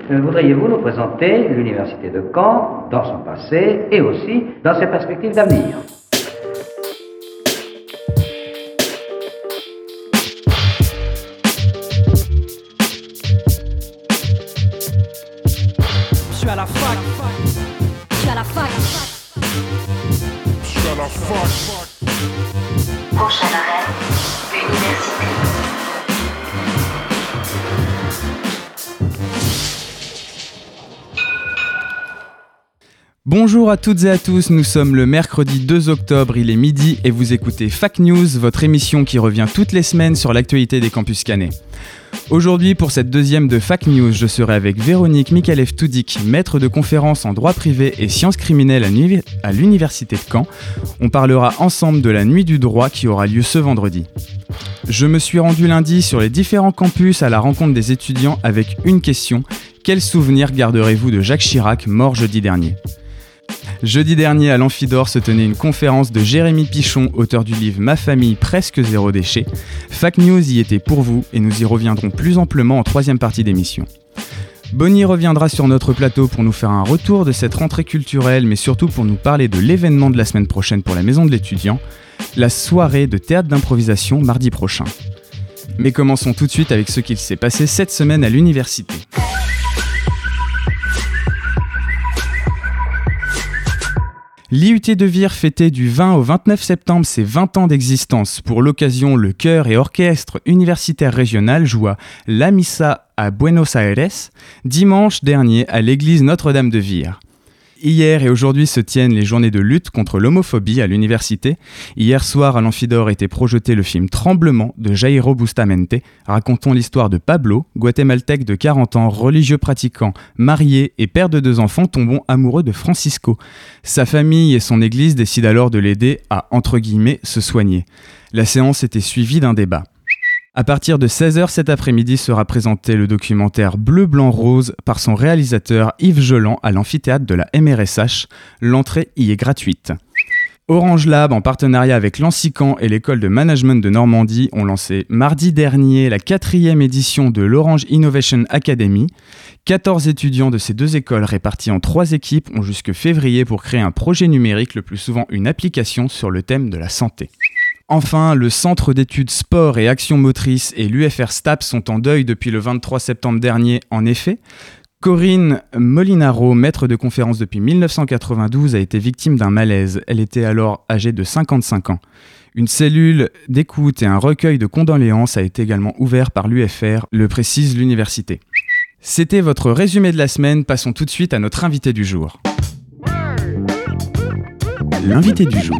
voudriez-vous nous présenter l'université de Caen dans son passé et aussi dans ses perspectives d'avenir? Je suis à la fac. Je suis à la fac. Je suis à la fac. Prochain arrêt, l'université. Bonjour à toutes et à tous, nous sommes le mercredi 2 octobre, il est midi et vous écoutez Fac News, votre émission qui revient toutes les semaines sur l'actualité des campus cannais. Aujourd'hui, pour cette deuxième de Fac News, je serai avec Véronique Mikalev-Toudik, maître de conférence en droit privé et sciences criminelles à l'université de Caen. On parlera ensemble de la nuit du droit qui aura lieu ce vendredi. Je me suis rendu lundi sur les différents campus à la rencontre des étudiants avec une question. Quel souvenir garderez-vous de Jacques Chirac, mort jeudi dernier ? Jeudi dernier, à l'Amphidore se tenait une conférence de Jérémy Pichon, auteur du livre « Ma famille, presque zéro déchet ». Fac News y était pour vous et nous y reviendrons plus amplement en troisième partie d'émission. Bonnie reviendra sur notre plateau pour nous faire un retour de cette rentrée culturelle, mais surtout pour nous parler de l'événement de la semaine prochaine pour la Maison de l'étudiant, la soirée de théâtre d'improvisation mardi prochain. Mais commençons tout de suite avec ce qu'il s'est passé cette semaine à l'université. L'IUT de Vire fêtait du 20 au 29 septembre ses 20 ans d'existence. Pour l'occasion, le chœur et orchestre universitaire régional joua La Missa à Buenos Aires, dimanche dernier à l'église Notre-Dame de Vire. Hier et aujourd'hui se tiennent les journées de lutte contre l'homophobie à l'université. Hier soir, à l'Amphidore était projeté le film Tremblement de Jairo Bustamante, racontant l'histoire de Pablo, guatémaltèque de 40 ans, religieux pratiquant, marié et père de 2 enfants, tombant amoureux de Francisco. Sa famille et son église décident alors de l'aider à, entre guillemets, se soigner. La séance était suivie d'un débat. À partir de 16h cet après-midi sera présenté le documentaire Bleu, Blanc, Rose par son réalisateur Yves Jolan à l'amphithéâtre de la MRSH. L'entrée y est gratuite. Orange Lab, en partenariat avec l'Ancican et l'école de management de Normandie, ont lancé mardi dernier la 4e édition de l'Orange Innovation Academy. 14 étudiants de ces 2 écoles répartis en 3 équipes ont jusque février pour créer un projet numérique, le plus souvent une application sur le thème de la santé. Enfin, le Centre d'études sport et action motrice et l'UFR STAPS sont en deuil depuis le 23 septembre dernier. En effet, Corinne Molinaro, maître de conférence depuis 1992, a été victime d'un malaise. Elle était alors âgée de 55 ans. Une cellule d'écoute et un recueil de condoléances a été également ouvert par l'UFR, le précise l'université. C'était votre résumé de la semaine, passons tout de suite à notre invité du jour. L'invité du jour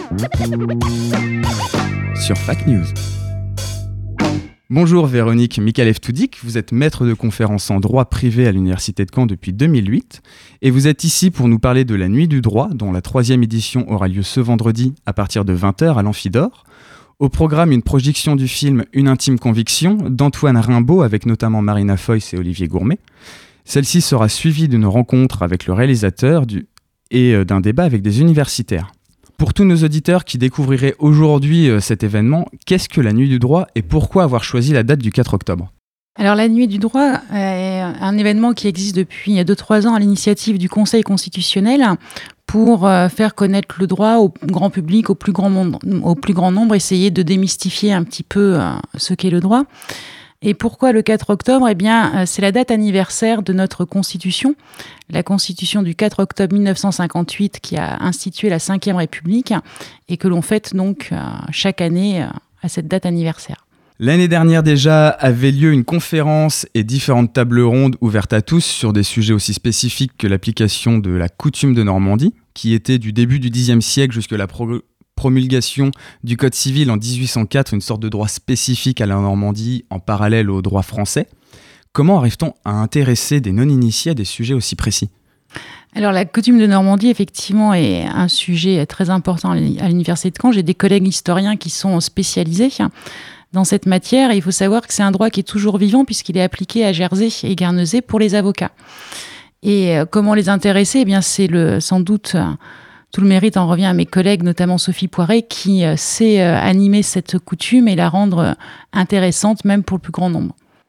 sur Fac News. Bonjour Véronique Mikalev-Toudik, vous êtes maître de conférence en droit privé à l'université de Caen depuis 2008 et vous êtes ici pour nous parler de la nuit du droit dont la 3e édition aura lieu ce vendredi à partir de 20h à l'Amphidore. Au programme, une projection du film Une intime conviction d'Antoine Rimbaud avec notamment Marina Foïs et Olivier Gourmet. Celle-ci sera suivie d'une rencontre avec le réalisateur et d'un débat avec des universitaires. Pour tous nos auditeurs qui découvriraient aujourd'hui cet événement, qu'est-ce que la Nuit du droit et pourquoi avoir choisi la date du 4 octobre ? Alors la Nuit du droit est un événement qui existe depuis 2-3 ans à l'initiative du Conseil constitutionnel pour faire connaître le droit au grand public, au plus grand nombre, essayer de démystifier un petit peu ce qu'est le droit. Et pourquoi le 4 octobre ? Eh bien, c'est la date anniversaire de notre Constitution, la Constitution du 4 octobre 1958 qui a institué la Ve République et que l'on fête donc chaque année à cette date anniversaire. L'année dernière déjà avait lieu une conférence et différentes tables rondes ouvertes à tous sur des sujets aussi spécifiques que l'application de la coutume de Normandie, qui était du début du Xe siècle jusqu'à la promulgation du Code civil en 1804, une sorte de droit spécifique à la Normandie en parallèle au droit français. Comment arrive-t-on à intéresser des non-initiés à des sujets aussi précis ? Alors la coutume de Normandie, effectivement, est un sujet très important à l'université de Caen. J'ai des collègues historiens qui sont spécialisés dans cette matière et il faut savoir que c'est un droit qui est toujours vivant puisqu'il est appliqué à Jersey et Guernesey pour les avocats. Et comment les intéresser ? Eh bien, c'est sans doute... Tout le mérite en revient à mes collègues, notamment Sophie Poiret, qui sait animer cette coutume et la rendre intéressante, même pour le plus grand nombre.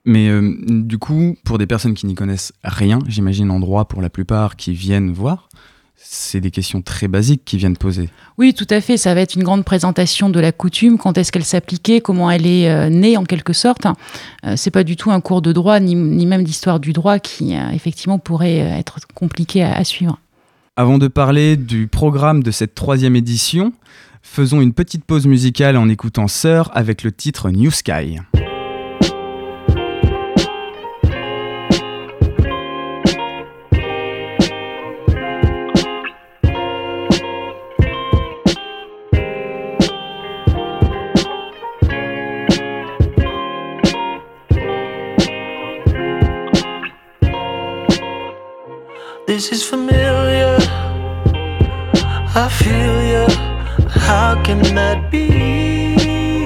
Mais du coup, pour des personnes qui n'y connaissent rien, j'imagine en droit pour la plupart qui viennent voir, c'est des questions très basiques qu'ils viennent poser. Oui, tout à fait. Ça va être une grande présentation de la coutume, quand est-ce qu'elle s'appliquait, comment elle est née en quelque sorte. C'est pas du tout un cours de droit, ni même d'histoire du droit qui, effectivement, pourrait être compliqué à suivre. Avant de parler du programme de cette 3e édition, faisons une petite pause musicale en écoutant Sœur avec le titre New Sky. This is familiar, I feel ya, how can that be?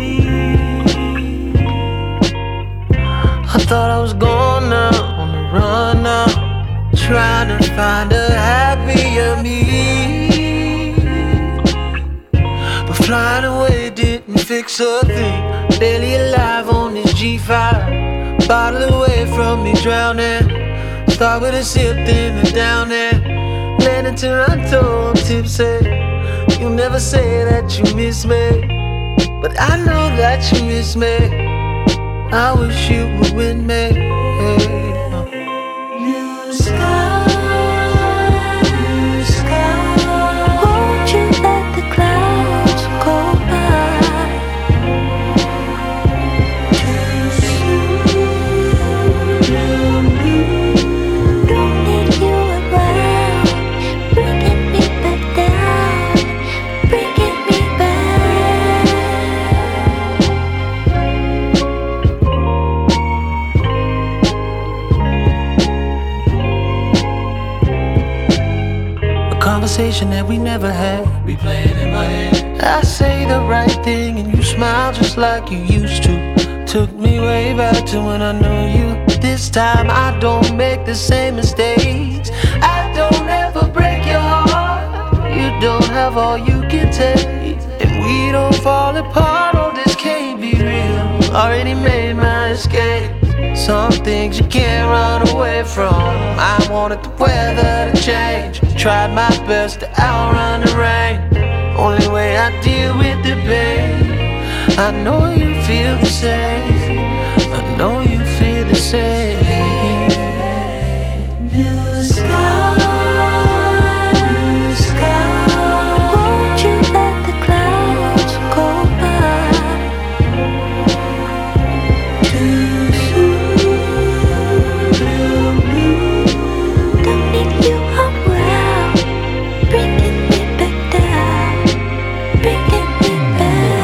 I thought I was gone now, on the run now, trying to find a happier me. But flying away didn't fix a thing, barely alive on this G5, bottle away from me drowning. Start with a sip, then a down there. Land in Toronto, I'm tipsy. You'll never say that you miss me, but I know that you miss me. I wish you were with me. New sky, new sky. Won't you let the clouds go by? Too soon, don't need you around, bringing me back down, bringing me back. A conversation that we never had, replaying in my head. I say the right thing and you smile just like you used to. Took me way back to when I knew you. This time I don't make the same mistakes. I don't ever break your heart. You don't have all you can take, and we don't fall apart. Oh, this can't be real. Already made my escape. Some things you can't run away from. I wanted the weather to change. Tried my best to outrun the rain. Only way I deal with the pain. I know you feel the same. I know you feel the same. New sky, new sky. Won't you let the clouds go by? Too soon, don't need you around, bringing me back down, bringing me back.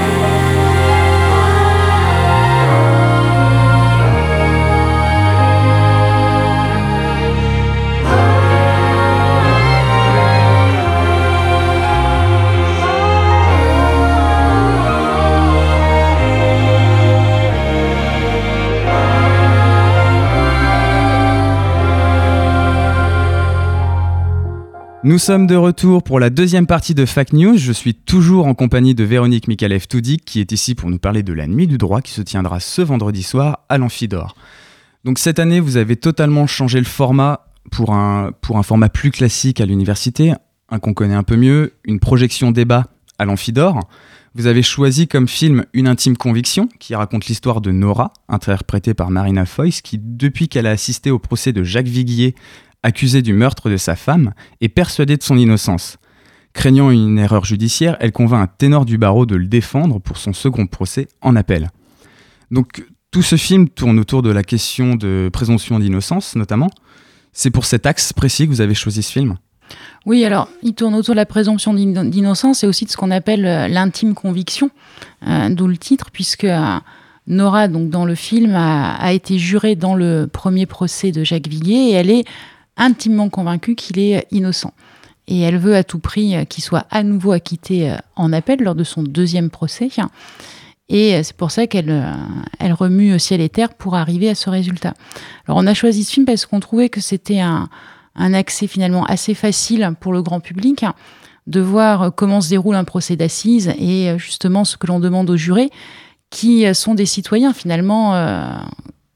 Nous sommes de retour pour la 2e partie de Fact News. Je suis toujours en compagnie de Véronique Mikalev-Toudik qui est ici pour nous parler de la Nuit du droit qui se tiendra ce vendredi soir à l'Amphidore. Donc cette année, vous avez totalement changé le format pour un format plus classique à l'université, un qu'on connaît un peu mieux, une projection débat à l'Amphidore. Vous avez choisi comme film Une intime conviction qui raconte l'histoire de Nora, interprétée par Marina Foïs, qui depuis qu'elle a assisté au procès de Jacques Viguier, accusée du meurtre de sa femme, est persuadée de son innocence. Craignant une erreur judiciaire, elle convainc un ténor du barreau de le défendre pour son second procès en appel. Donc tout ce film tourne autour de la question de présomption d'innocence notamment. C'est pour cet axe précis que vous avez choisi ce film ? Oui, alors il tourne autour de la présomption d'innocence et aussi de ce qu'on appelle l'intime conviction, d'où le titre, puisque Nora, donc, dans le film, a été jurée dans le premier procès de Jacques Viguier et elle est intimement convaincue qu'il est innocent. Et elle veut à tout prix qu'il soit à nouveau acquitté en appel lors de son deuxième procès. Et c'est pour ça qu'elle remue ciel et terre pour arriver à ce résultat. Alors on a choisi ce film parce qu'on trouvait que c'était un accès finalement assez facile pour le grand public de voir comment se déroule un procès d'assises et justement ce que l'on demande aux jurés, qui sont des citoyens finalement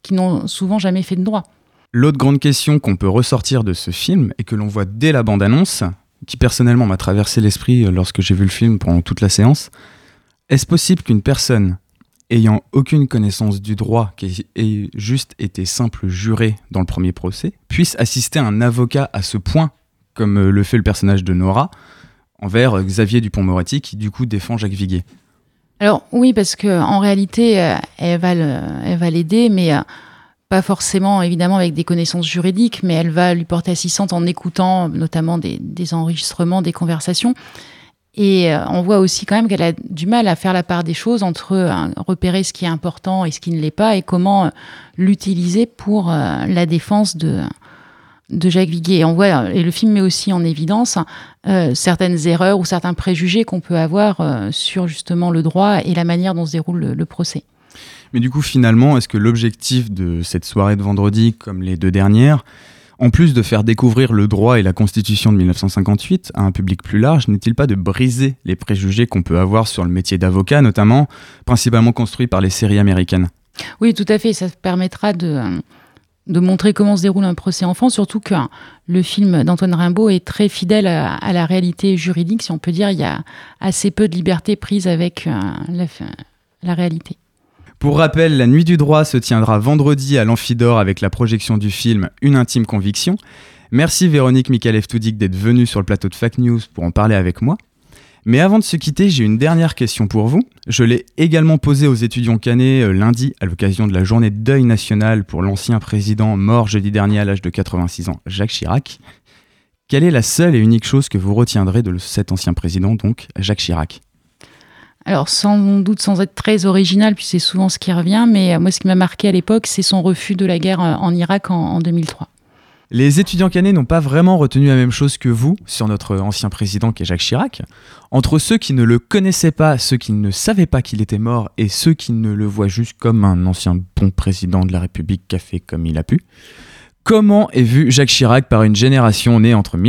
qui n'ont souvent jamais fait de droit. L'autre grande question qu'on peut ressortir de ce film et que l'on voit dès la bande-annonce, qui personnellement m'a traversé l'esprit lorsque j'ai vu le film pendant toute la séance, est-ce possible qu'une personne ayant aucune connaissance du droit, qui ait juste été simple juré dans le premier procès, puisse assister un avocat à ce point, comme le fait le personnage de Nora, envers Xavier Dupond-Moretti, qui du coup défend Jacques Viguier? Alors oui, parce qu'en réalité, elle va l'aider, mais pas forcément évidemment avec des connaissances juridiques, mais elle va lui porter assistance en écoutant notamment des enregistrements, des conversations. Et on voit aussi quand même qu'elle a du mal à faire la part des choses entre repérer ce qui est important et ce qui ne l'est pas, et comment l'utiliser pour la défense de Jacques Viguier. Et le film met aussi en évidence certaines erreurs ou certains préjugés qu'on peut avoir sur justement le droit et la manière dont se déroule le procès. Mais du coup, finalement, est-ce que l'objectif de cette soirée de vendredi, comme les deux dernières, en plus de faire découvrir le droit et la Constitution de 1958 à un public plus large, n'est-il pas de briser les préjugés qu'on peut avoir sur le métier d'avocat, notamment, principalement construit par les séries américaines? Oui, tout à fait. Ça permettra de montrer comment se déroule un procès en France, surtout que le film d'Antoine Rimbaud est très fidèle à la réalité juridique, si on peut dire. Il y a assez peu de liberté prise avec la réalité. Pour rappel, la Nuit du droit se tiendra vendredi à l'Amphidore avec la projection du film Une intime conviction. Merci Véronique Mikalev-Toudik d'être venue sur le plateau de Fake News pour en parler avec moi. Mais avant de se quitter, j'ai une dernière question pour vous. Je l'ai également posée aux étudiants caennais lundi à l'occasion de la journée de deuil national pour l'ancien président mort jeudi dernier à l'âge de 86 ans, Jacques Chirac. Quelle est la seule et unique chose que vous retiendrez de cet ancien président, donc Jacques Chirac ? Alors sans doute sans être très original, puis c'est souvent ce qui revient, mais moi ce qui m'a marqué à l'époque, c'est son refus de la guerre en Irak en 2003. Les étudiants caennais n'ont pas vraiment retenu la même chose que vous sur notre ancien président qui est Jacques Chirac. Entre ceux qui ne le connaissaient pas, ceux qui ne savaient pas qu'il était mort et ceux qui ne le voient juste comme un ancien bon président de la République qui a fait comme il a pu, comment est vu Jacques Chirac par une génération née entre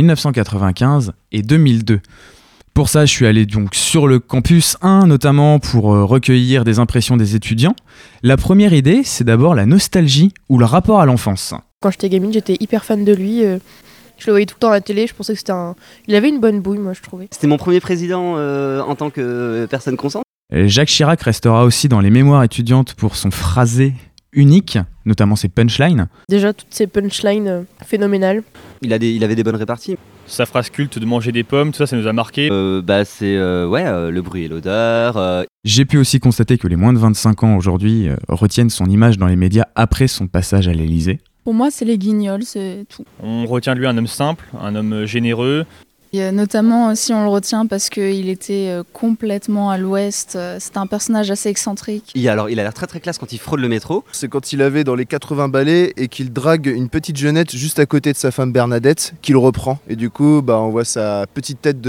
1995 et 2002 ? Pour ça, je suis allé donc sur le campus 1, notamment pour recueillir des impressions des étudiants. La première idée, c'est d'abord la nostalgie ou le rapport à l'enfance. Quand j'étais gamine, j'étais hyper fan de lui. Je le voyais tout le temps à la télé, je pensais que c'était Il avait une bonne bouille, moi, je trouvais. C'était mon premier président en tant que personne consciente. Jacques Chirac restera aussi dans les mémoires étudiantes pour son phrasé unique, notamment ses punchlines. Déjà, toutes ces punchlines phénoménales. Il avait des bonnes réparties. Sa phrase culte de manger des pommes, tout ça nous a marqué. C'est le bruit et l'odeur. J'ai pu aussi constater que les moins de 25 ans aujourd'hui retiennent son image dans les médias après son passage à l'Élysée. Pour moi, c'est les Guignols, c'est tout. On retient de lui un homme simple, un homme généreux. Et notamment si on le retient parce qu'il était complètement à l'ouest, c'était un personnage assez excentrique. Il a l'air très très classe quand il frôle le métro. C'est quand il avait dans les 80 balais et qu'il drague une petite jeunette juste à côté de sa femme Bernadette qu'il reprend. Et du coup, on voit sa petite tête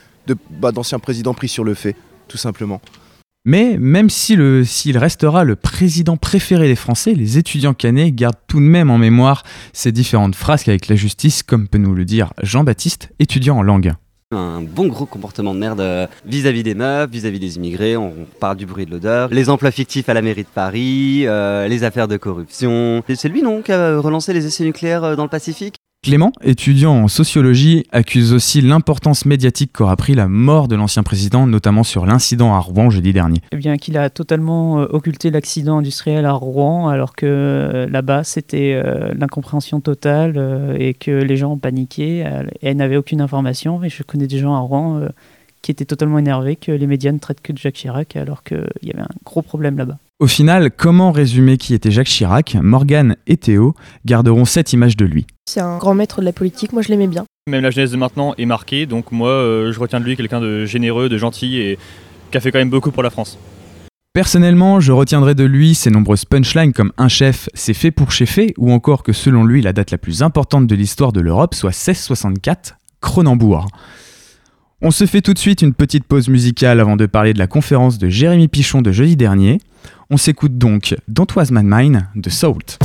d'ancien président pris sur le fait, tout simplement. Mais même s'il restera le président préféré des Français, les étudiants caennais gardent tout de même en mémoire ces différentes frasques avec la justice, comme peut nous le dire Jean-Baptiste, étudiant en langue. Un bon gros comportement de merde vis-à-vis des meufs, vis-à-vis des immigrés, on parle du bruit de l'odeur, les emplois fictifs à la mairie de Paris, les affaires de corruption. Et c'est lui non qui a relancé les essais nucléaires dans le Pacifique ? Clément, étudiant en sociologie, accuse aussi l'importance médiatique qu'aura pris la mort de l'ancien président, notamment sur l'incident à Rouen jeudi dernier. Eh bien, qu'il a totalement occulté l'accident industriel à Rouen, alors que là-bas, c'était l'incompréhension totale et que les gens paniquaient et n'avaient aucune information. Et je connais des gens à Rouen qui étaient totalement énervés que les médias ne traitent que de Jacques Chirac, alors qu'il y avait un gros problème là-bas. Au final, comment résumer qui était Jacques Chirac ? Morgane et Théo garderont cette image de lui. C'est un grand maître de la politique, moi je l'aimais bien. Même la jeunesse de maintenant est marquée, donc moi je retiens de lui quelqu'un de généreux, de gentil et qui a fait quand même beaucoup pour la France. Personnellement, je retiendrai de lui ses nombreuses punchlines comme un chef, c'est fait pour cheffer, ou encore que selon lui, la date la plus importante de l'histoire de l'Europe soit 1664, Cronenbourg. On se fait tout de suite une petite pause musicale avant de parler de la conférence de Jérémy Pichon de jeudi dernier. On s'écoute donc Don't Was My Mine de Salt.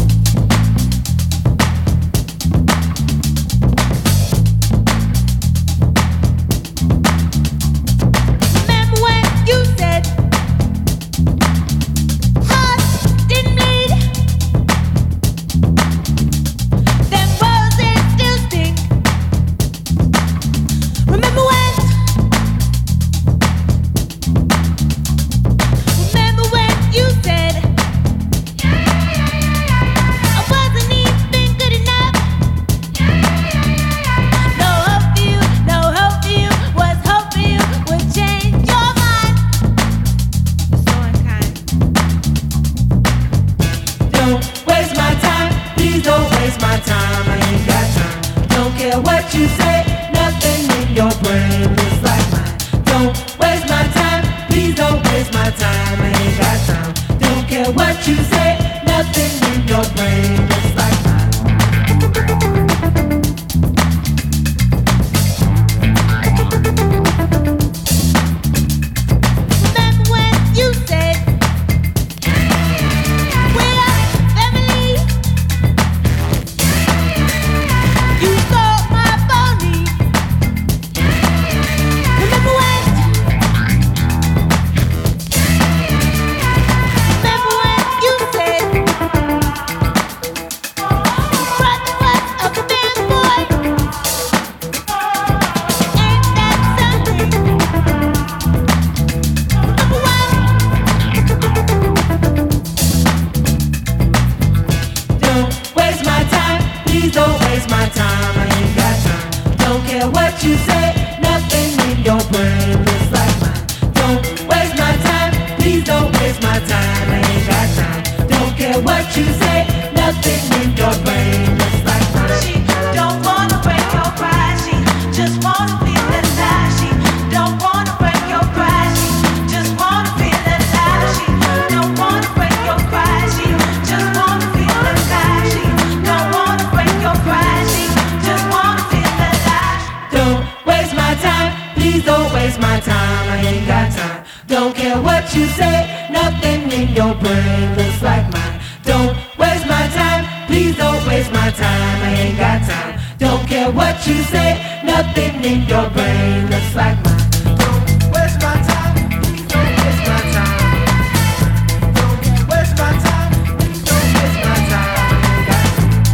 waste my time, I ain't got time. Don't care what you say, nothing in your brain looks like mine. Don't waste my time, please don't waste my time, I ain't got time. Don't care what you say, nothing in your brain looks like mine. She don't wanna break your pride, she just wanna feel alive. She don't wanna break your pride, she just wanna feel alive. She don't wanna break your pride, she just wanna feel alive. She don't wanna break your pride, she just wanna feel alive. Don't waste my time, please don't waste my time, I ain't got time. Don't care what you say, nothing in your brain looks like mine. Don't waste my time, please don't waste my time, I ain't got time. Don't care what you say, nothing in your brain looks like mine. Don't waste my time, please don't waste my time. Don't waste my time, please don't waste my time, I ain't got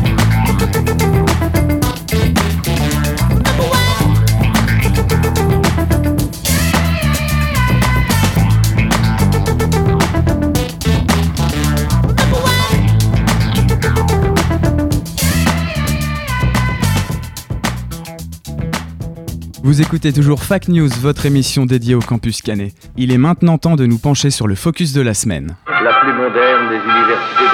Vous écoutez toujours Fac News, votre émission dédiée au campus Canet. Il est maintenant temps de nous pencher sur le focus de la semaine. La plus moderne des universités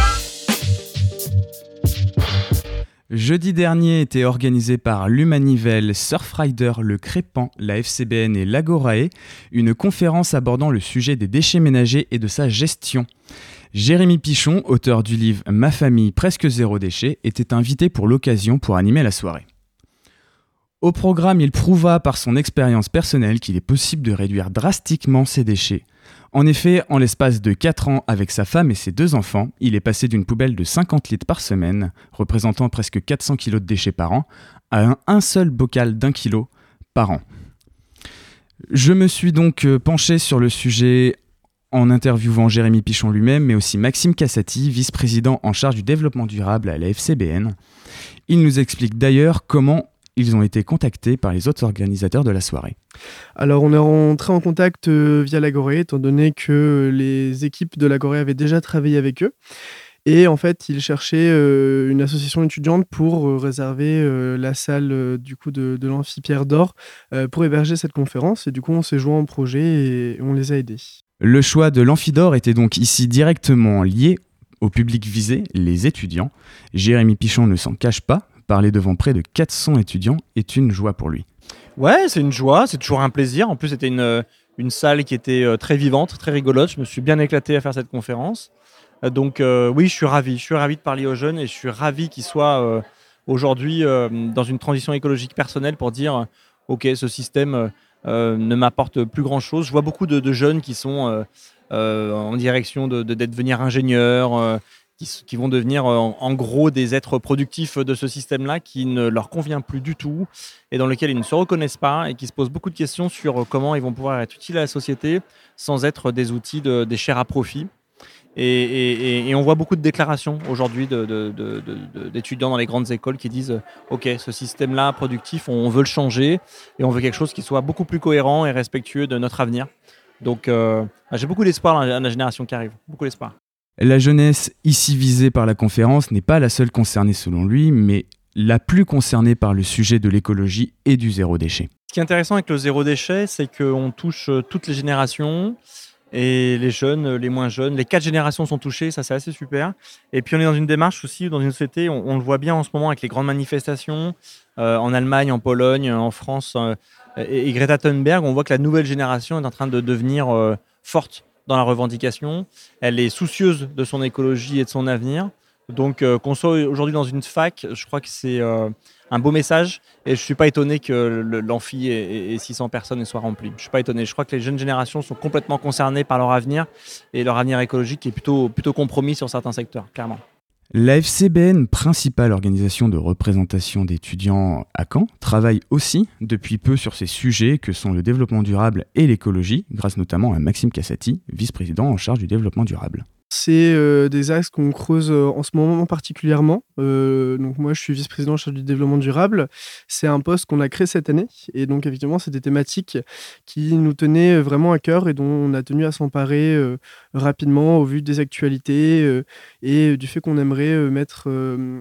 d'Europe. Jeudi dernier était organisé par l'Humanivel, Surfrider, le Crépan, la FCBN et l'Agorae, une conférence abordant le sujet des déchets ménagers et de sa gestion. Jérémy Pichon, auteur du livre « Ma famille, presque zéro déchet », était invité pour l'occasion pour animer la soirée. Au programme, il prouva par son expérience personnelle qu'il est possible de réduire drastiquement ses déchets. En effet, en l'espace de 4 ans, avec sa femme et ses 2 enfants, il est passé d'une poubelle de 50 litres par semaine, représentant presque 400 kg de déchets par an, à un seul bocal d'1 kg par an. Je me suis donc penché sur le sujet en interviewant Jérémy Pichon lui-même, mais aussi Maxime Cassati, vice-président en charge du développement durable à la FCBN. Il nous explique d'ailleurs comment ils ont été contactés par les autres organisateurs de la soirée. Alors on est rentré en contact via l'Agorae, étant donné que les équipes de l'Agorae avaient déjà travaillé avec eux. Et en fait, ils cherchaient une association étudiante pour réserver la salle du coup de l'Amphi Pierre d'Or pour héberger cette conférence. Et du coup, on s'est joint en projet et on les a aidés. Le choix de l'Amphi d'Or était donc ici directement lié au public visé, les étudiants. Jérémy Pichon ne s'en cache pas. Parler devant près de 400 étudiants est une joie pour lui. Ouais, c'est une joie, c'est toujours un plaisir. En plus, c'était une salle qui était très vivante, très rigolote. Je me suis bien éclaté à faire cette conférence. Donc oui, je suis ravi de parler aux jeunes et je suis ravi qu'ils soient aujourd'hui dans une transition écologique personnelle pour dire ok, ce système ne m'apporte plus grand-chose. Je vois beaucoup de jeunes qui sont en direction de devenir ingénieurs, qui vont devenir en gros des êtres productifs de ce système-là qui ne leur convient plus du tout et dans lequel ils ne se reconnaissent pas et qui se posent beaucoup de questions sur comment ils vont pouvoir être utiles à la société sans être des outils des chairs à profit. Et on voit beaucoup de déclarations aujourd'hui d'étudiants dans les grandes écoles qui disent « Ok, ce système-là productif, on veut le changer et on veut quelque chose qui soit beaucoup plus cohérent et respectueux de notre avenir. » Donc j'ai beaucoup d'espoir dans la génération qui arrive, beaucoup d'espoir. La jeunesse ici visée par la conférence n'est pas la seule concernée selon lui, mais la plus concernée par le sujet de l'écologie et du zéro déchet. Ce qui est intéressant avec le zéro déchet, c'est qu'on touche toutes les générations, et les jeunes, les moins jeunes, les 4 générations sont touchées, ça c'est assez super. Et puis on est dans une démarche aussi, dans une société, on le voit bien en ce moment avec les grandes manifestations, en Allemagne, en Pologne, en France, et Greta Thunberg, on voit que la nouvelle génération est en train de devenir forte dans la revendication, elle est soucieuse de son écologie et de son avenir. Donc qu'on soit aujourd'hui dans une fac, je crois que c'est un beau message et je ne suis pas étonné que l'amphi ait 600 personnes et soit rempli. Je ne suis pas étonné. Je crois que les jeunes générations sont complètement concernées par leur avenir et leur avenir écologique est plutôt compromis sur certains secteurs, clairement. La FCBN, principale organisation de représentation d'étudiants à Caen, travaille aussi depuis peu sur ces sujets que sont le développement durable et l'écologie, grâce notamment à Maxime Cassati, vice-président en charge du développement durable. C'est des axes qu'on creuse en ce moment particulièrement. Donc moi, je suis vice-président en charge du développement durable. C'est un poste qu'on a créé cette année. Et donc, évidemment, c'est des thématiques qui nous tenaient vraiment à cœur et dont on a tenu à s'emparer rapidement au vu des actualités et du fait qu'on aimerait mettre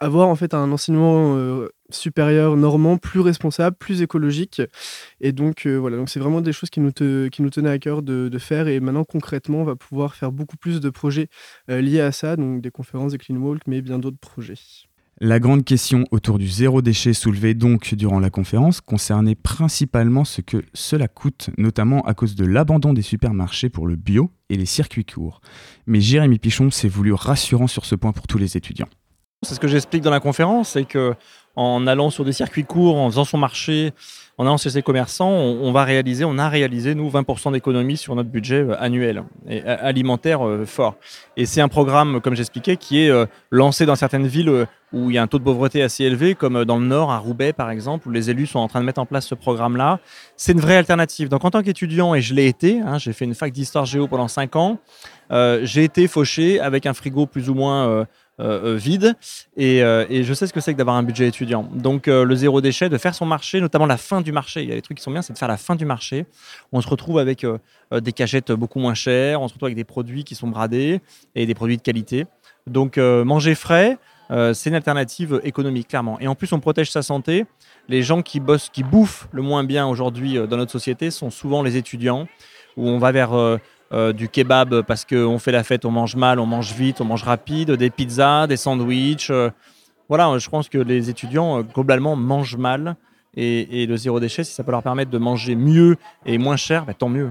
avoir en fait un enseignement supérieur normand plus responsable, plus écologique. Et donc voilà, donc c'est vraiment des choses qui nous tenaient à cœur de faire. Et maintenant concrètement, on va pouvoir faire beaucoup plus de projets liés à ça, donc des conférences, des clean walk, mais bien d'autres projets. La grande question autour du zéro déchet soulevée donc durant la conférence concernait principalement ce que cela coûte, notamment à cause de l'abandon des supermarchés pour le bio et les circuits courts. Mais Jérémy Pichon s'est voulu rassurant sur ce point pour tous les étudiants. C'est ce que j'explique dans la conférence, c'est que en allant sur des circuits courts, en faisant son marché, en allant chez ses commerçants, on a réalisé, nous, 20% d'économie sur notre budget annuel et alimentaire fort. Et c'est un programme, comme j'expliquais, qui est lancé dans certaines villes où il y a un taux de pauvreté assez élevé, comme dans le Nord, à Roubaix par exemple, où les élus sont en train de mettre en place ce programme-là. C'est une vraie alternative. Donc en tant qu'étudiant, et je l'ai été, j'ai fait une fac d'histoire géo pendant 5 ans, j'ai été fauché avec un frigo plus ou moins vide et je sais ce que c'est que d'avoir un budget étudiant. Donc le zéro déchet, de faire son marché, notamment la fin du marché. Il y a des trucs qui sont bien, c'est de faire la fin du marché. On se retrouve avec des cagettes beaucoup moins chères, on se retrouve avec des produits qui sont bradés et des produits de qualité. Donc manger frais, c'est une alternative économique, clairement. Et en plus, on protège sa santé. Les gens qui bouffent le moins bien aujourd'hui dans notre société sont souvent les étudiants, où on va vers du kebab parce qu'on fait la fête, on mange mal, on mange vite, on mange rapide, des pizzas, des sandwichs. Voilà, je pense que les étudiants, globalement, mangent mal. Et le zéro déchet, si ça peut leur permettre de manger mieux et moins cher, tant mieux.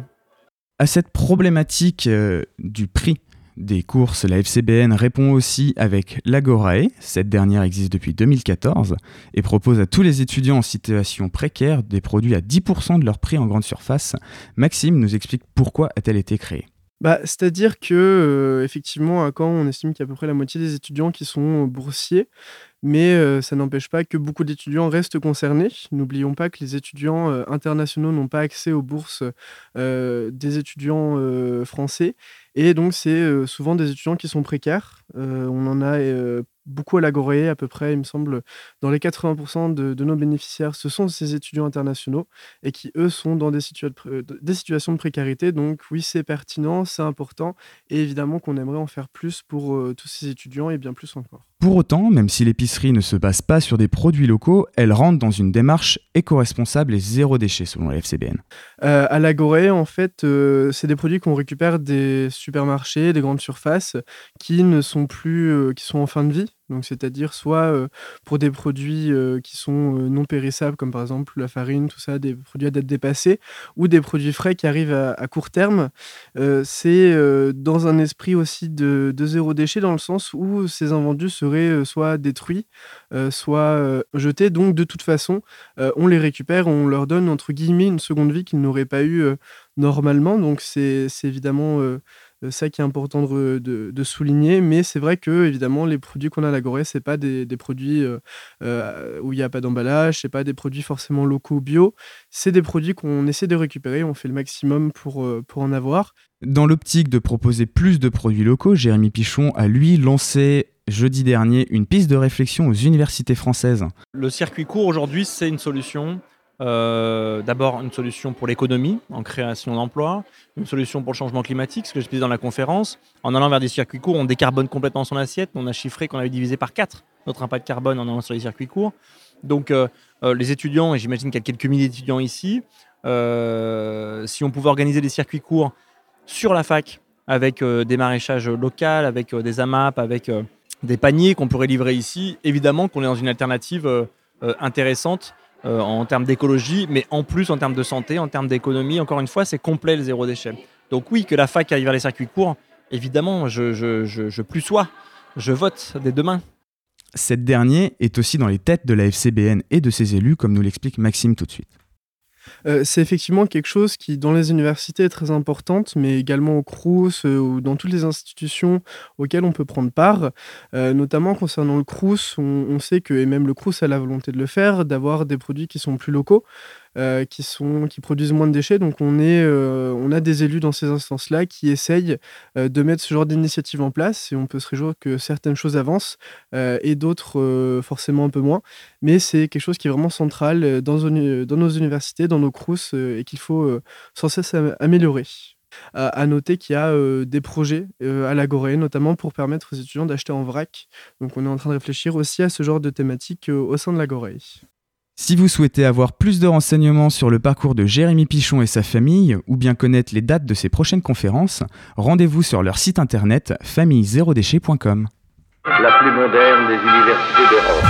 À cette problématique du prix des courses, la FCBN répond aussi avec l'Agorae. Cette dernière existe depuis 2014 et propose à tous les étudiants en situation précaire des produits à 10% de leur prix en grande surface. Maxime nous explique pourquoi a-t-elle été créée. C'est-à-dire que effectivement, à Caen, on estime qu'il y a à peu près la moitié des étudiants qui sont boursiers, mais ça n'empêche pas que beaucoup d'étudiants restent concernés. N'oublions pas que les étudiants internationaux n'ont pas accès aux bourses des étudiants français, et donc c'est souvent des étudiants qui sont précaires. On en a beaucoup à l'Agorae, à peu près, il me semble, dans les 80% de nos bénéficiaires, ce sont ces étudiants internationaux et qui, eux, sont dans des situations de précarité. Donc oui, c'est pertinent, c'est important, et évidemment qu'on aimerait en faire plus pour tous ces étudiants et bien plus encore. Pour autant, même si l'épicerie ne se base pas sur des produits locaux, elle rentre dans une démarche éco-responsable et zéro déchet selon la FCBN. À l'Agorae, en fait, c'est des produits qu'on récupère des supermarchés, des grandes surfaces, qui ne sont plus, qui sont en fin de vie. Donc, c'est-à-dire soit pour des produits qui sont non périssables, comme par exemple la farine, tout ça, des produits à date dépassée, ou des produits frais qui arrivent à court terme. C'est dans un esprit aussi de zéro déchet, dans le sens où ces invendus seraient soit détruits, soit jetés. Donc, de toute façon, on les récupère, on leur donne, entre guillemets, une seconde vie qu'ils n'auraient pas eu normalement. Donc, c'est évidemment ça qui est important de souligner, mais c'est vrai que évidemment les produits qu'on a à l'Agorae, c'est pas des produits où il n'y a pas d'emballage, c'est pas des produits forcément locaux bio, c'est des produits qu'on essaie de récupérer, on fait le maximum pour en avoir. Dans l'optique de proposer plus de produits locaux, Jérémy Pichon a lui lancé jeudi dernier une piste de réflexion aux universités françaises. Le circuit court aujourd'hui, c'est une solution. D'abord une solution pour l'économie en création d'emplois, une solution pour le changement climatique, ce que j'expliquais dans la conférence. En allant vers des circuits courts, on décarbone complètement son assiette. On a chiffré qu'on avait divisé par 4 notre impact carbone en allant sur les circuits courts. Donc les étudiants, et j'imagine qu'il y a quelques milliers d'étudiants ici, si on pouvait organiser des circuits courts sur la fac avec des maraîchages locaux, avec des AMAP, avec des paniers qu'on pourrait livrer ici, évidemment qu'on est dans une alternative intéressante en termes d'écologie, mais en plus en termes de santé, en termes d'économie. Encore une fois, c'est complet le zéro déchet. Donc oui, que la fac aille vers les circuits courts, évidemment, je plus sois, je vote dès demain. Cette dernière est aussi dans les têtes de la FCBN et de ses élus, comme nous l'explique Maxime tout de suite. C'est effectivement quelque chose qui, dans les universités, est très importante, mais également au Crous ou dans toutes les institutions auxquelles on peut prendre part. Notamment concernant le Crous, on sait que, et même le Crous a la volonté de le faire, d'avoir des produits qui sont plus locaux, qui produisent moins de déchets. Donc on a des élus dans ces instances-là qui essayent de mettre ce genre d'initiative en place, et on peut se réjouir que certaines choses avancent et d'autres forcément un peu moins. Mais c'est quelque chose qui est vraiment central dans nos universités, dans nos Crous, et qu'il faut sans cesse améliorer. À noter qu'il y a des projets à l'Agoré, notamment pour permettre aux étudiants d'acheter en vrac. Donc on est en train de réfléchir aussi à ce genre de thématique au sein de l'Agoré. Si vous souhaitez avoir plus de renseignements sur le parcours de Jérémy Pichon et sa famille, ou bien connaître les dates de ses prochaines conférences, rendez-vous sur leur site internet famille0déchet.com. La plus moderne des universités d'Europe.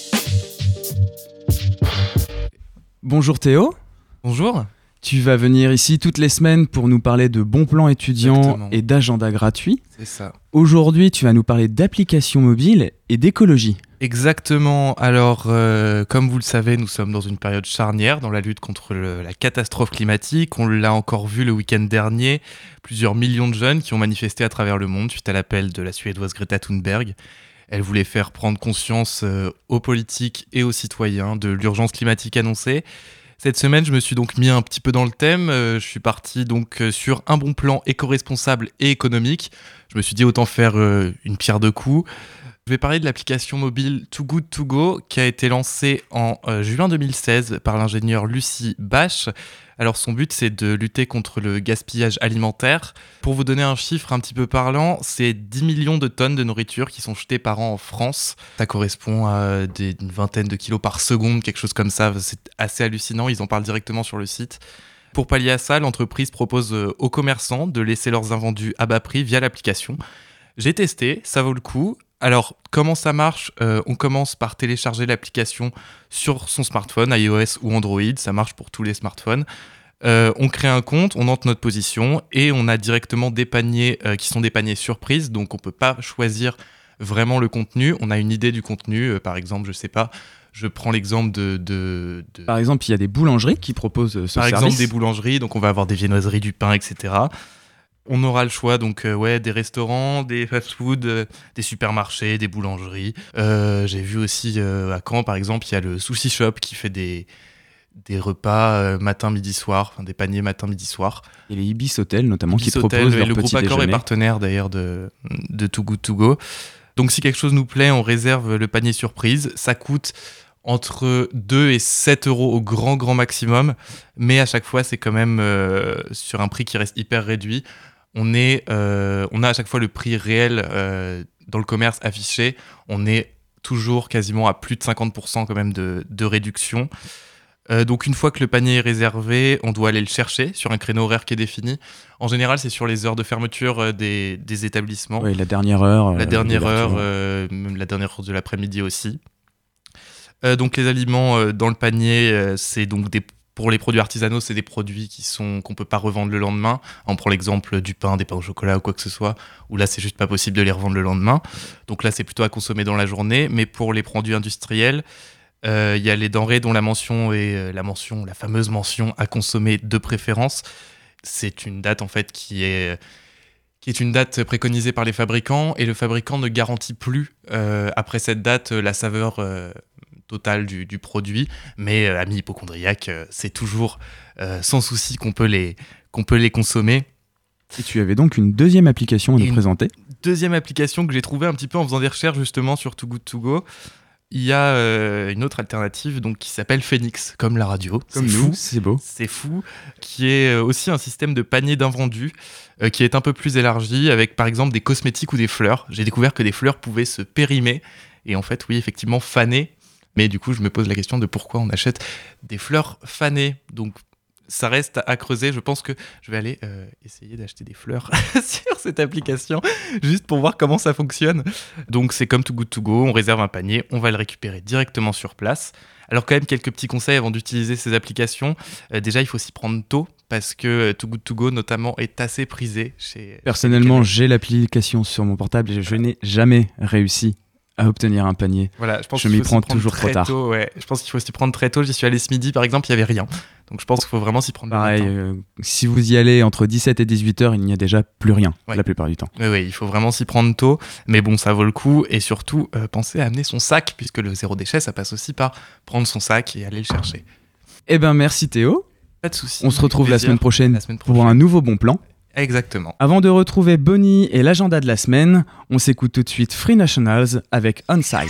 Bonjour Théo. Bonjour. Tu vas venir ici toutes les semaines pour nous parler de bons plans étudiants Exactement. et d'agenda gratuit. C'est ça. Aujourd'hui, tu vas nous parler d'applications mobiles et d'écologie. Exactement. Alors, comme vous le savez, nous sommes dans une période charnière dans la lutte contre la catastrophe climatique. On l'a encore vu le week-end dernier. Plusieurs millions de jeunes qui ont manifesté à travers le monde suite à l'appel de la Suédoise Greta Thunberg. Elle voulait faire prendre conscience aux politiques et aux citoyens de l'urgence climatique annoncée. Cette semaine, je me suis donc mis un petit peu dans le thème. Je suis parti donc sur un bon plan éco-responsable et économique. Je me suis dit autant faire une pierre deux coups. Je vais parler de l'application mobile Too Good To Go qui a été lancée en juin 2016 par l'ingénieure Lucie Bache. Alors son but, c'est de lutter contre le gaspillage alimentaire. Pour vous donner un chiffre un petit peu parlant, c'est 10 millions de tonnes de nourriture qui sont jetées par an en France. Ça correspond à une vingtaine de kilos par seconde, quelque chose comme ça. C'est assez hallucinant, ils en parlent directement sur le site. Pour pallier à ça, l'entreprise propose aux commerçants de laisser leurs invendus à bas prix via l'application. J'ai testé, ça vaut le coup. Alors, comment ça marche ? On commence par télécharger l'application sur son smartphone, iOS ou Android, ça marche pour tous les smartphones. On crée un compte, on entre notre position et on a directement des paniers qui sont des paniers surprises, donc on ne peut pas choisir vraiment le contenu. On a une idée du contenu, par exemple, je sais pas, je prends l'exemple de... Par exemple, il y a des boulangeries qui proposent ce service. Par exemple, des boulangeries, donc on va avoir des viennoiseries, du pain, etc. On aura le choix, donc des restaurants, des fast-food, des supermarchés, des boulangeries. J'ai vu aussi à Caen, par exemple, il y a le Sushi Shop qui fait des repas matin, midi, soir, enfin des paniers matin, midi, soir. Et les Ibis Hôtels, notamment, Ibis qui Hotel, proposent leur le petit groupe Accor déjeuner. est partenaire d'ailleurs de Too Good To Go. Donc si quelque chose nous plaît, on réserve le panier surprise. Ça coûte entre 2 et 7 euros au grand maximum, mais à chaque fois, c'est quand même sur un prix qui reste hyper réduit. On a à chaque fois le prix réel dans le commerce affiché. On est toujours quasiment à plus de 50% quand même de réduction. Donc une fois que le panier est réservé, on doit aller le chercher sur un créneau horaire qui est défini. En général, c'est sur les heures de fermeture des établissements. Oui, la dernière heure. Même la dernière heure de l'après-midi aussi. Donc les aliments dans le panier, c'est donc pour les produits artisanaux, c'est des produits qu'on peut pas revendre le lendemain. On prend l'exemple du pain, des pains au chocolat ou quoi que ce soit, où là c'est juste pas possible de les revendre le lendemain. Donc là c'est plutôt à consommer dans la journée. Mais pour les produits industriels, il y a les denrées dont la mention est la fameuse mention à consommer de préférence. C'est une date en fait qui est une date préconisée par les fabricants, et le fabricant ne garantit plus après cette date la saveur totale du produit, mais amis hypocondriaques, c'est toujours sans souci qu'on peut les consommer. Et tu avais donc une deuxième application à nous présenter. Deuxième application que j'ai trouvée un petit peu en faisant des recherches justement sur Too Good To Go. Il y a une autre alternative donc, qui s'appelle Phoenix, comme la radio. Comme c'est nous, fou. c'est beau. C'est fou, qui est aussi un système de panier d'invendus qui est un peu plus élargi, avec par exemple des cosmétiques ou des fleurs. J'ai découvert que des fleurs pouvaient se périmer, et en fait, oui, effectivement, faner. Mais du coup, je me pose la question de pourquoi on achète des fleurs fanées. Donc, ça reste à creuser. Je pense que je vais aller essayer d'acheter des fleurs sur cette application, juste pour voir comment ça fonctionne. Donc, c'est comme Too Good To Go. On réserve un panier, on va le récupérer directement sur place. Alors, quand même, quelques petits conseils avant d'utiliser ces applications. Déjà, il faut s'y prendre tôt, parce que Too Good To Go, notamment, est assez prisé. Personnellement, j'ai l'application sur mon portable et je n'ai jamais réussi à obtenir un panier. Voilà, je pense je m'y prends toujours trop tard. Tôt, ouais. Je pense qu'il faut s'y prendre très tôt. J'y suis allé ce midi, par exemple, il n'y avait rien. Donc je pense qu'il faut vraiment s'y prendre. Pareil, si vous y allez entre 17 et 18 heures, il n'y a déjà plus rien, la plupart du temps. Oui, il faut vraiment s'y prendre tôt. Mais bon, ça vaut le coup. Et surtout, pensez à amener son sac, puisque le zéro déchet, ça passe aussi par prendre son sac et aller le chercher. Eh ben, merci Théo. Pas de soucis. On se retrouve la semaine prochaine pour un nouveau bon plan. Exactement. Avant de retrouver Bonnie et l'agenda de la semaine, on s'écoute tout de suite Free Nationals avec On Site.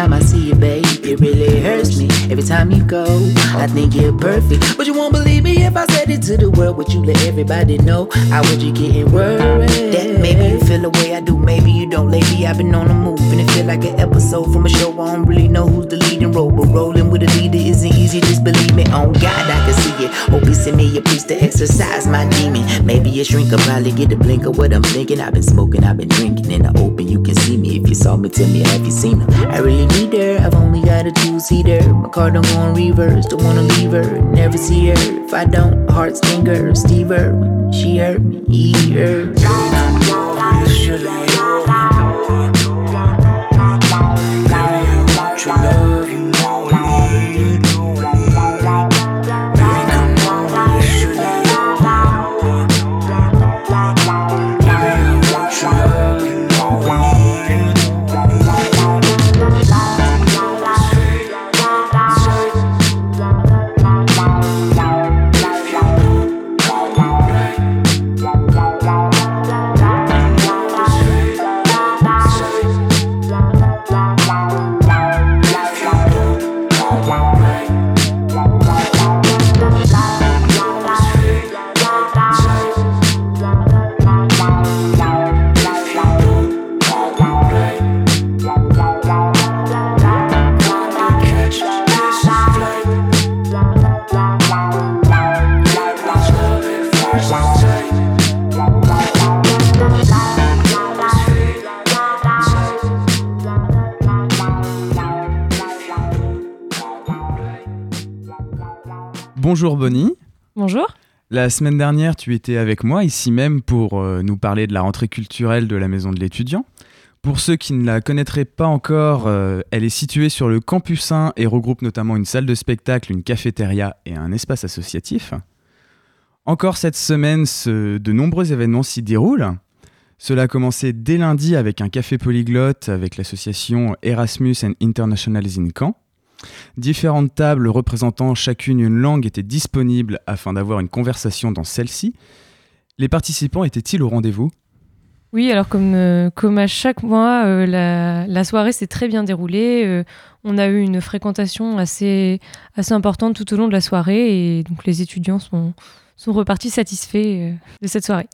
time I see you, babe, it really hurts me. Every time you go, I think you're perfect. But you won't believe me if I said it to the world. Would you let everybody know? How would you getting worried? That maybe you feel the way I do, maybe you don't. Lately I've been on the move, and it feel like an episode from a show. I don't really know who's the leading role, but rolling with a leader isn't easy, just believe me. On God, I can see it. Hope you send me a piece to exercise my demon. Maybe a shrink will probably get a blink of what I'm thinking. I've been smoking, I've been drinking in the open. You can see me if you saw me. Tell me, have you seen her? I really need her. I've only got a two-seater. My car don't go on reverse. Don't wanna leave her. Never see her. If I don't, heart stinger. Steve her. She hurt me. He hurt. Bonjour Bonnie. Bonjour. La semaine dernière, tu étais avec moi ici même pour nous parler de la rentrée culturelle de la Maison de l'Étudiant. Pour ceux qui ne la connaîtraient pas encore, elle est située sur le campus 1 et regroupe notamment une salle de spectacle, une cafétéria et un espace associatif. Encore cette semaine, de nombreux événements s'y déroulent. Cela a commencé dès lundi avec un café polyglotte avec l'association Erasmus and Internationals in Caen. Différentes tables représentant chacune une langue étaient disponibles afin d'avoir une conversation dans celle-ci. Les participants étaient-ils au rendez-vous ? Oui, alors comme à chaque mois, la soirée s'est très bien déroulée. On a eu une fréquentation assez importante tout au long de la soirée et donc les étudiants sont repartis satisfaits de cette soirée.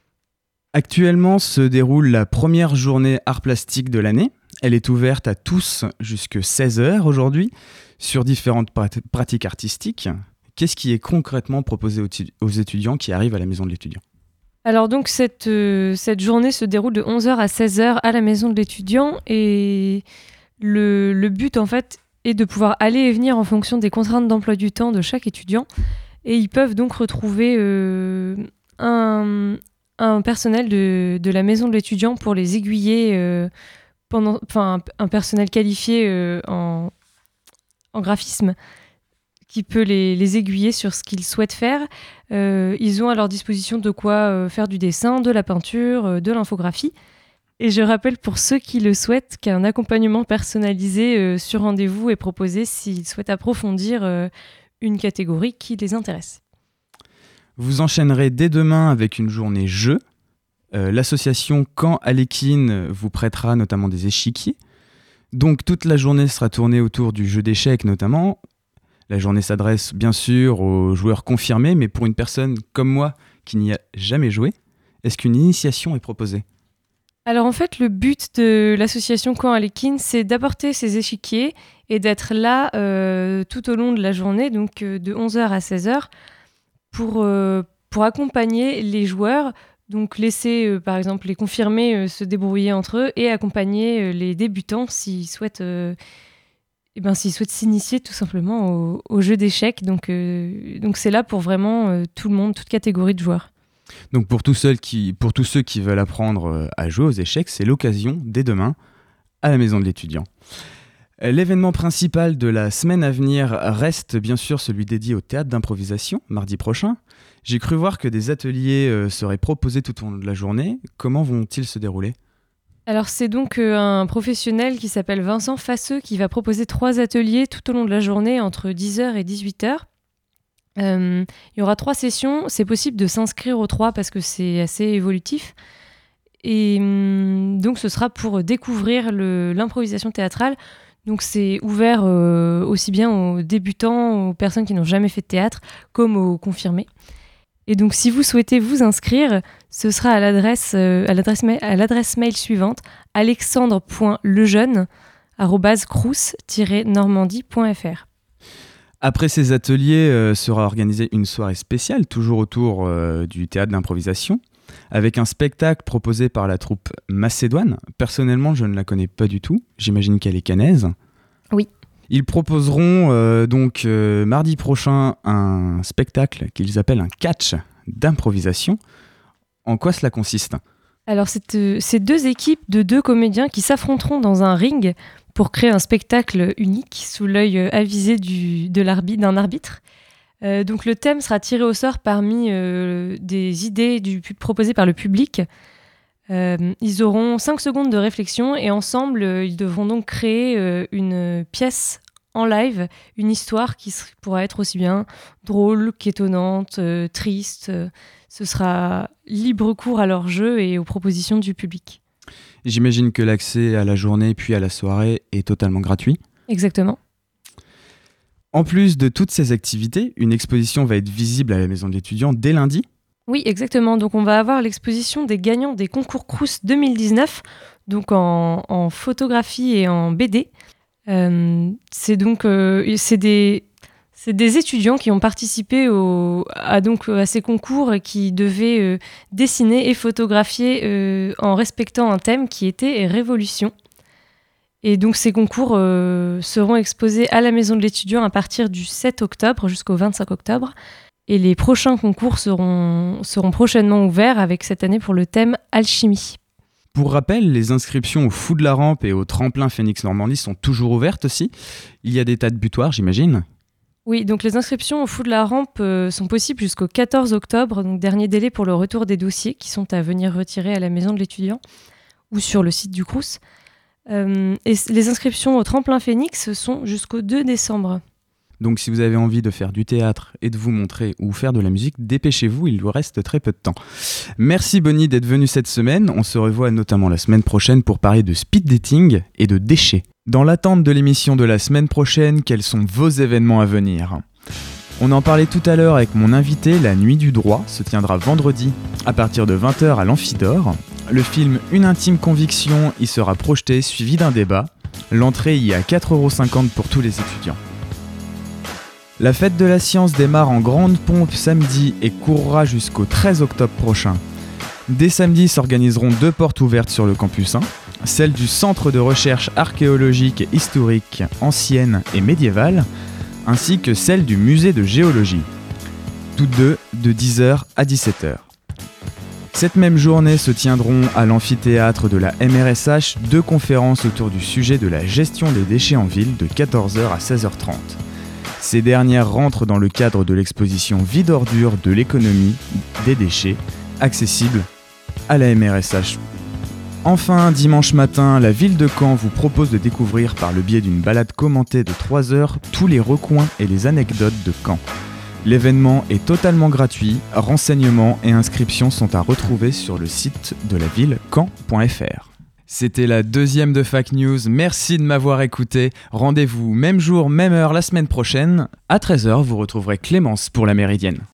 Actuellement se déroule la première journée art plastique de l'année. Elle est ouverte à tous jusqu'à 16h aujourd'hui sur différentes pratiques artistiques. Qu'est-ce qui est concrètement proposé aux étudiants qui arrivent à la Maison de l'Étudiant ? Alors donc cette journée se déroule de 11h à 16h à la Maison de l'Étudiant et le but en fait est de pouvoir aller et venir en fonction des contraintes d'emploi du temps de chaque étudiant et ils peuvent donc retrouver un personnel de la Maison de l'Étudiant pour les aiguiller un personnel qualifié en graphisme qui peut les aiguiller sur ce qu'ils souhaitent faire. Ils ont à leur disposition de quoi faire du dessin, de la peinture, de l'infographie. Et je rappelle pour ceux qui le souhaitent qu'un accompagnement personnalisé sur rendez-vous est proposé s'ils souhaitent approfondir une catégorie qui les intéresse. Vous enchaînerez dès demain avec une journée jeu. L'association Caen Alekhine vous prêtera notamment des échiquiers. Donc toute la journée sera tournée autour du jeu d'échecs notamment. La journée s'adresse bien sûr aux joueurs confirmés, mais pour une personne comme moi qui n'y a jamais joué, est-ce qu'une initiation est proposée ? Alors en fait, le but de l'association Caen Alekhine, c'est d'apporter ces échiquiers et d'être là tout au long de la journée, donc de 11h à 16h, pour accompagner les joueurs. Donc laisser par exemple les confirmés se débrouiller entre eux et accompagner les débutants s'ils souhaitent s'initier tout simplement au jeu d'échecs. Donc c'est là pour vraiment tout le monde, toute catégorie de joueurs. Donc pour tous ceux qui veulent apprendre à jouer aux échecs, c'est l'occasion dès demain à la Maison de l'Étudiant. L'événement principal de la semaine à venir reste bien sûr celui dédié au théâtre d'improvisation, mardi prochain. J'ai cru voir que des ateliers seraient proposés tout au long de la journée. Comment vont-ils se dérouler ? Alors c'est donc un professionnel qui s'appelle Vincent Fasseux qui va proposer 3 ateliers tout au long de la journée entre 10h et 18h. Il y aura 3 sessions. C'est possible de s'inscrire aux 3 parce que c'est assez évolutif. Et donc ce sera pour découvrir l'improvisation théâtrale. Donc c'est ouvert aussi bien aux débutants, aux personnes qui n'ont jamais fait de théâtre, comme aux confirmés. Et donc si vous souhaitez vous inscrire, ce sera à l'adresse mail suivante, alexandre.lejeune@crous-normandie.fr. Après ces ateliers, sera organisée une soirée spéciale, toujours autour du théâtre d'improvisation, avec un spectacle proposé par la troupe Macédoine. Personnellement, je ne la connais pas du tout. J'imagine qu'elle est caennaise. Oui. Ils proposeront mardi prochain un spectacle qu'ils appellent un catch d'improvisation. En quoi cela consiste ? Alors, c'est deux équipes de 2 comédiens qui s'affronteront dans un ring pour créer un spectacle unique sous l'œil avisé d'un arbitre. Donc, le thème sera tiré au sort parmi des idées proposées par le public. Ils auront 5 secondes de réflexion et ensemble, ils devront donc créer une pièce en live, une histoire qui pourra être aussi bien drôle qu'étonnante, triste. Ce sera libre cours à leur jeu et aux propositions du public. J'imagine que l'accès à la journée puis à la soirée est totalement gratuit. Exactement. En plus de toutes ces activités, une exposition va être visible à la Maison de l'Étudiant dès lundi. Oui, exactement. Donc on va avoir l'exposition des gagnants des concours Crous 2019, donc en photographie et en BD. C'est des étudiants qui ont participé à ces concours et qui devaient dessiner et photographier en respectant un thème qui était Révolution. Et donc ces concours seront exposés à la Maison de l'Étudiant à partir du 7 octobre jusqu'au 25 octobre. Et les prochains concours seront prochainement ouverts avec cette année pour le thème Alchimie. Pour rappel, les inscriptions au Fou de la Rampe et au Tremplin Phoenix Normandie sont toujours ouvertes aussi. Il y a des dates butoirs, j'imagine ? Oui, donc les inscriptions au Fou de la Rampe sont possibles jusqu'au 14 octobre, donc dernier délai pour le retour des dossiers qui sont à venir retirer à la Maison de l'Étudiant ou sur le site du Crous. Et les inscriptions au Tremplin Phoenix sont jusqu'au 2 décembre. Donc si vous avez envie de faire du théâtre et de vous montrer ou faire de la musique, dépêchez-vous, il vous reste très peu de temps. Merci Bonnie d'être venue cette semaine. On se revoit notamment la semaine prochaine pour parler de speed dating et de déchets. Dans l'attente de l'émission de la semaine prochaine, quels sont vos événements à venir ? On en parlait tout à l'heure avec mon invité, La Nuit du Droit se tiendra vendredi à partir de 20h à l'Amphidore. Le film Une intime conviction y sera projeté, suivi d'un débat. L'entrée y est à 4,50€ pour tous les étudiants. La fête de la science démarre en grande pompe samedi et courra jusqu'au 13 octobre prochain. Dès samedi s'organiseront 2 portes ouvertes sur le campus 1, celle du Centre de recherche archéologique et historique ancienne et médiévale, ainsi que celle du musée de géologie. Toutes deux de 10h à 17h. Cette même journée se tiendront à l'amphithéâtre de la MRSH 2 conférences autour du sujet de la gestion des déchets en ville de 14h à 16h30. Ces dernières rentrent dans le cadre de l'exposition Vide-ordure de l'économie des déchets, accessible à la MRSH. Enfin, dimanche matin, la ville de Caen vous propose de découvrir par le biais d'une balade commentée de 3 heures tous les recoins et les anecdotes de Caen. L'événement est totalement gratuit, renseignements et inscriptions sont à retrouver sur le site de la ville caen.fr. C'était la 2e de Fake News, merci de m'avoir écouté. Rendez-vous même jour, même heure la semaine prochaine. À 13h, vous retrouverez Clémence pour la Méridienne.